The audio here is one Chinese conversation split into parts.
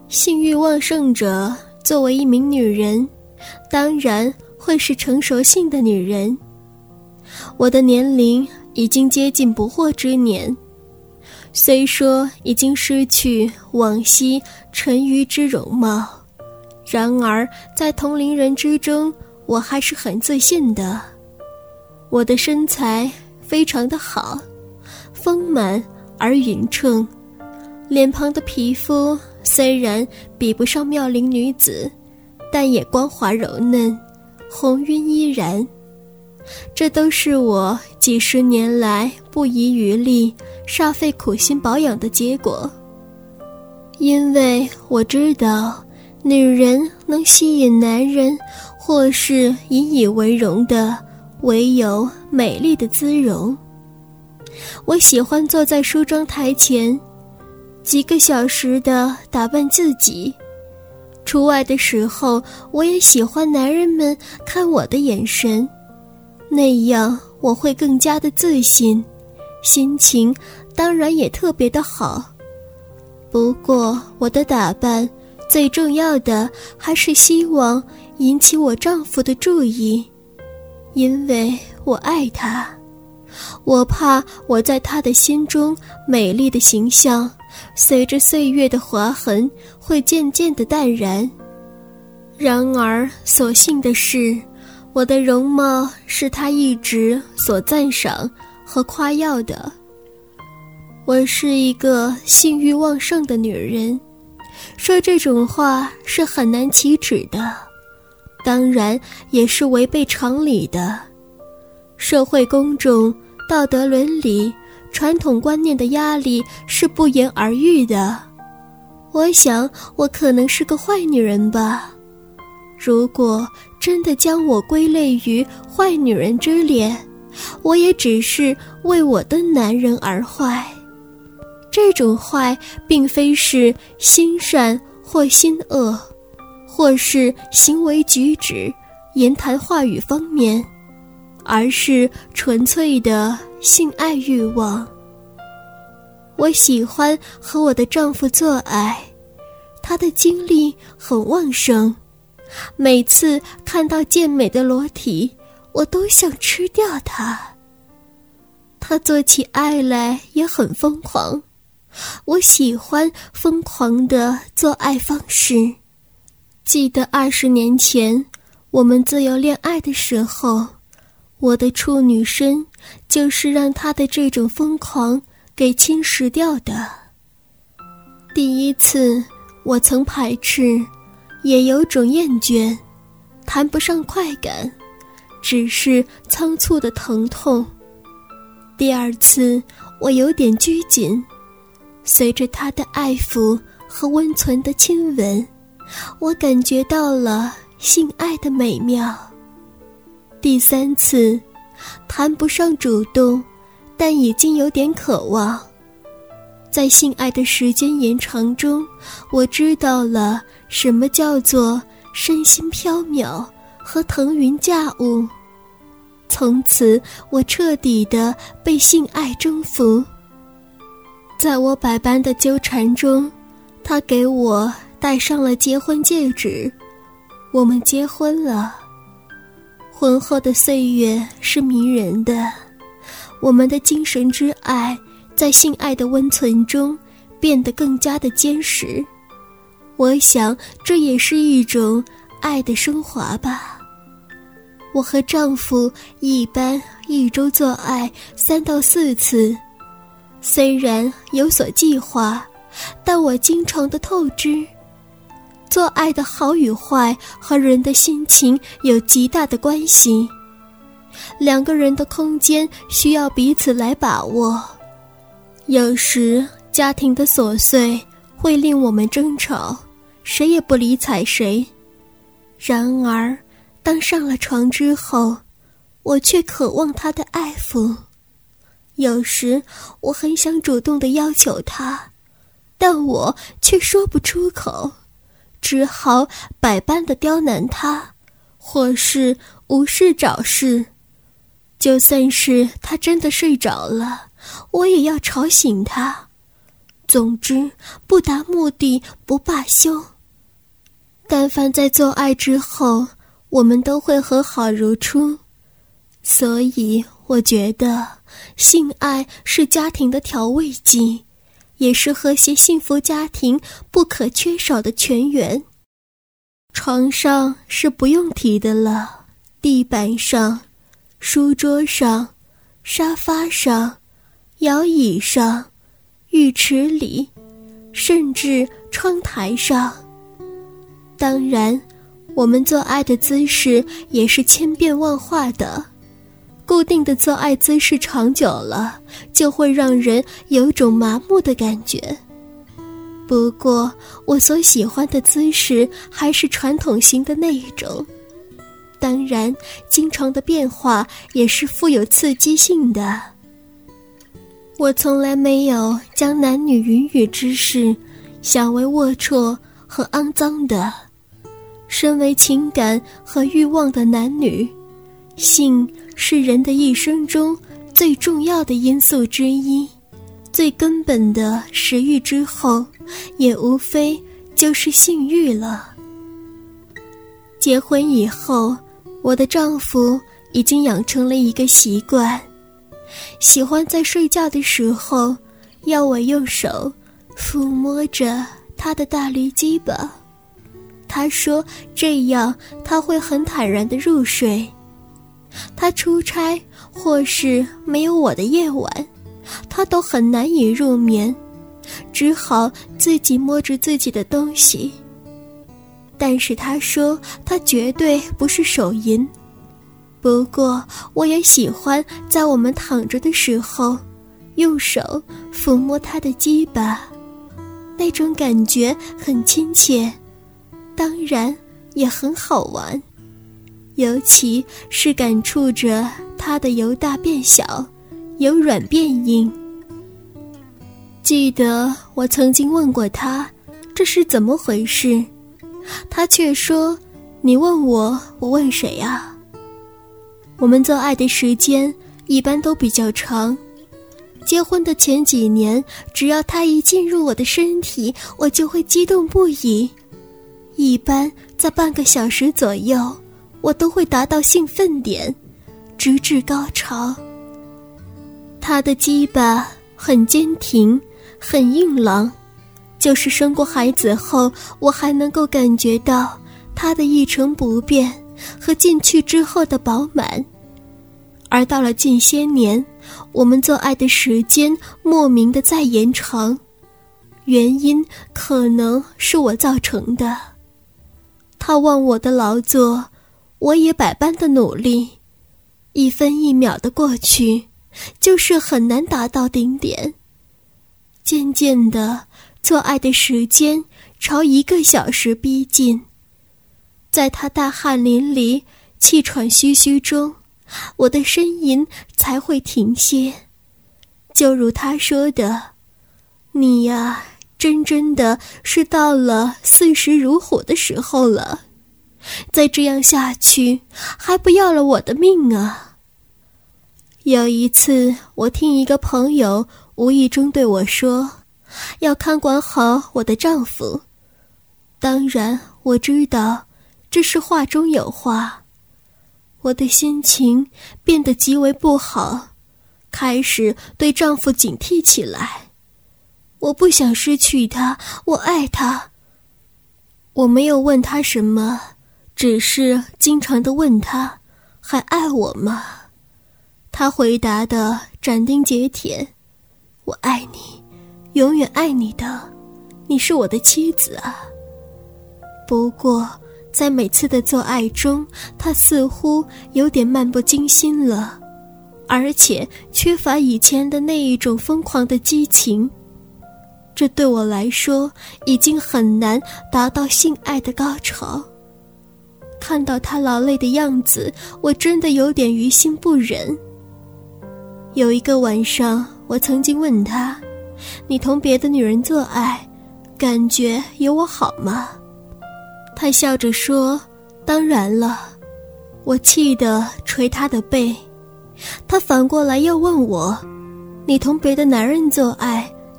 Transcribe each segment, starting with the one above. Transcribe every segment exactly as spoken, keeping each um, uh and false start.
性欲旺盛者作为一名女人，当然会是成熟性的女人。我的年龄已经接近不惑之年，虽说已经失去往昔沉鱼之容貌，然而在同龄人之中，我还是很自信的。我的身材非常的好，丰满而匀称，脸庞的皮肤虽然比不上妙龄女子，但也光滑柔嫩，红晕依然。这都是我几十年来不遗余力煞费苦心保养的结果。因为我知道女人能吸引男人或是引以为荣的唯有美丽的姿容。我喜欢坐在梳妆台前几个小时的打扮自己，出外的时候我也喜欢男人们看我的眼神，那样我会更加的自信，心情当然也特别的好。不过我的打扮最重要的还是希望引起我丈夫的注意，因为我爱他，我怕我在他的心中美丽的形象随着岁月的划痕会渐渐的淡然。然而所幸的是，我的容貌是他一直所赞赏和夸耀的。我是一个性欲旺盛的女人，说这种话是很难启齿的，当然也是违背常理的。社会公众、道德伦理、传统观念的压力是不言而喻的。我想我可能是个坏女人吧。如果真的将我归类于坏女人之列，我也只是为我的男人而坏。这种坏并非是心善或心恶，或是行为举止、言谈话语方面，而是纯粹的性爱欲望。我喜欢和我的丈夫做爱，他的精力很旺盛，每次看到健美的裸体，我都想吃掉他。他做起爱来也很疯狂，我喜欢疯狂的做爱方式。记得二十年前我们自由恋爱的时候，我的处女身就是让他的这种疯狂给侵蚀掉的。第一次我曾排斥，也有种厌倦，谈不上快感，只是仓促的疼痛。第二次我有点拘谨，随着他的爱抚和温存的亲吻，我感觉到了性爱的美妙。第三次谈不上主动，但已经有点渴望。在性爱的时间延长中，我知道了什么叫做身心飘渺和腾云驾雾。从此我彻底地被性爱征服。在我百般的纠缠中，他给我戴上了结婚戒指，我们结婚了。婚后的岁月是迷人的，我们的精神之爱在性爱的温存中变得更加的坚实。我想这也是一种爱的升华吧。我和丈夫一般一周做爱三到四次，虽然有所计划，但我经常的透支。做爱的好与坏和人的心情有极大的关系，两个人的空间需要彼此来把握。有时家庭的琐碎会令我们争吵，谁也不理睬谁。然而当上了床之后，我却渴望他的爱抚。有时我很想主动地要求他，但我却说不出口，只好百般地刁难他，或是无事找事。就算是他真的睡着了，我也要吵醒他。 总之，不达目的不罢休。但凡在做爱之后，我们都会和好如初。所以我觉得性爱是家庭的调味剂，也是和谐幸福家庭不可缺少的泉源。床上是不用提的了，地板上、书桌上、沙发上、摇椅上、浴池里，甚至窗台上。当然，我们做爱的姿势也是千变万化的。固定的做爱姿势长久了，就会让人有种麻木的感觉。不过，我所喜欢的姿势还是传统型的那一种。当然，经常的变化也是富有刺激性的。我从来没有将男女云雨之事想为龌龊和肮脏的。身为情感和欲望的男女，性是人的一生中最重要的因素之一，最根本的食欲之后，也无非就是性欲了。结婚以后，我的丈夫已经养成了一个习惯，喜欢在睡觉的时候要我用手抚摸着他的大驴鸡巴。他说这样他会很坦然地入睡。他出差或是没有我的夜晚，他都很难以入眠，只好自己摸着自己的东西。但是他说他绝对不是手淫。不过我也喜欢在我们躺着的时候用手抚摸他的鸡巴，那种感觉很亲切，当然也很好玩。尤其是感触着他的由大变小，由软变硬。记得我曾经问过他这是怎么回事，他却说你问我，我问谁啊？我们做爱的时间一般都比较长，结婚的前几年，只要他一进入我的身体，我就会激动不已，一般在半个小时左右我都会达到兴奋点，直至高潮。他的鸡巴很坚挺，很硬朗，就是生过孩子后，我还能够感觉到他的一成不变和进去之后的饱满。而到了近些年，我们做爱的时间莫名的在延长，原因可能是我造成的。他忘我的劳作，我也百般的努力，一分一秒的过去，就是很难达到顶点。渐渐的，做爱的时间朝一个小时逼近，在他大汗淋漓、气喘吁吁中，我的呻吟才会停歇。就如他说的，你呀，真真的是到了四十如虎的时候了，再这样下去，还不要了我的命啊！有一次，我听一个朋友无意中对我说，要看管好我的丈夫。当然，我知道这是话中有话。我的心情变得极为不好，开始对丈夫警惕起来。我不想失去他，我爱他。我没有问他什么，只是经常地问他，还爱我吗？他回答得斩钉截铁，我爱你，永远爱你的，你是我的妻子啊。不过在每次的做爱中，他似乎有点漫不经心了，而且缺乏以前的那一种疯狂的激情。这对我来说已经很难达到性爱的高潮。看到他劳累的样子，我真的有点于心不忍。有一个晚上，我曾经问他，你同别的女人做爱，感觉有我好吗？他笑着说，当然了。我气得捶他的背。他反过来又问我，你同别的男人做爱，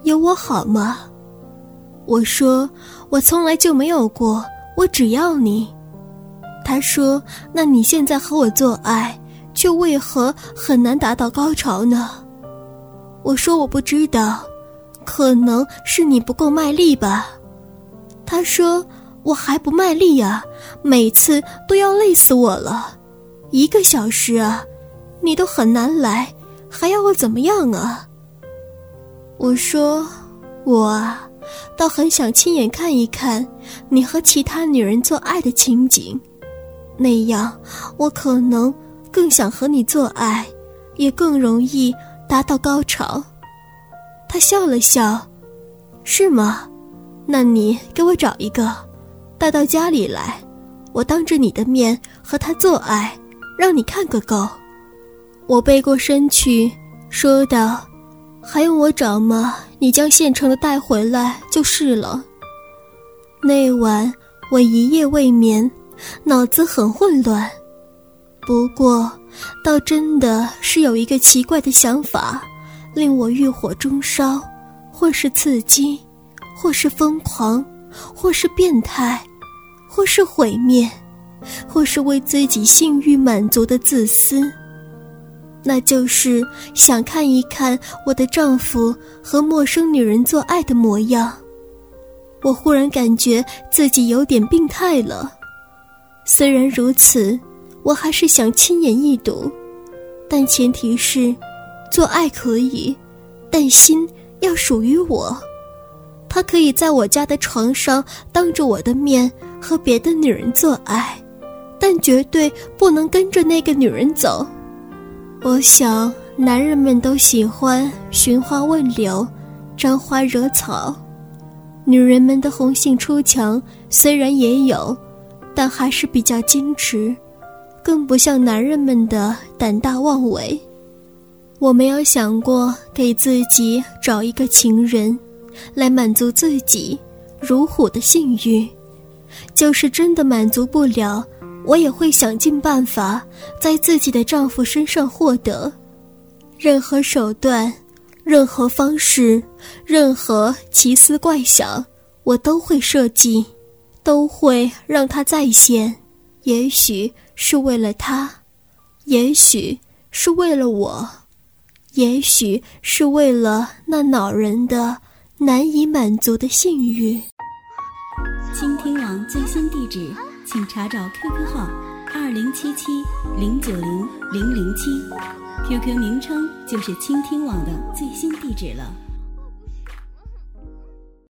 有我好吗？我说，我从来就没有过，我只要你。他说，那你现在和我做爱，却为何很难达到高潮呢？我说我不知道，可能是你不够卖力吧。他说，我还不卖力啊，每次都要累死我了。一个小时啊，你都很难来，还要我怎么样啊？我说，我啊，倒很想亲眼看一看你和其他女人做爱的情景，那样我可能更想和你做爱，也更容易达到高潮。他笑了笑，是吗？那你给我找一个，带到家里来，我当着你的面和他做爱，让你看个够。我背过身去说道，还用我找吗？你将现成的带回来就是了。那晚我一夜未眠，脑子很混乱。不过倒真的是有一个奇怪的想法，令我欲火中烧，或是刺激，或是疯狂，或是变态，或是毁灭，或是为自己性欲满足的自私。那就是想看一看我的丈夫和陌生女人做爱的模样。我忽然感觉自己有点病态了。虽然如此，我还是想亲眼一睹，但前提是做爱可以，但心要属于我。他可以在我家的床上当着我的面和别的女人做爱，但绝对不能跟着那个女人走。我想男人们都喜欢寻花问柳，沾花惹草，女人们的红杏出墙虽然也有，但还是比较矜持，更不像男人们的胆大妄为。我没有想过给自己找一个情人来满足自己如虎的性欲，就是真的满足不了，我也会想尽办法在自己的丈夫身上获得。任何手段，任何方式，任何奇思怪想，我都会设计，都会让他再现。也许是为了他，也许是为了我，也许是为了那恼人的难以满足的性欲。 倾听网最新地址，请查找 Q Q 号二零七七零九零零零七 ，Q Q 名称就是倾听网的最新地址了。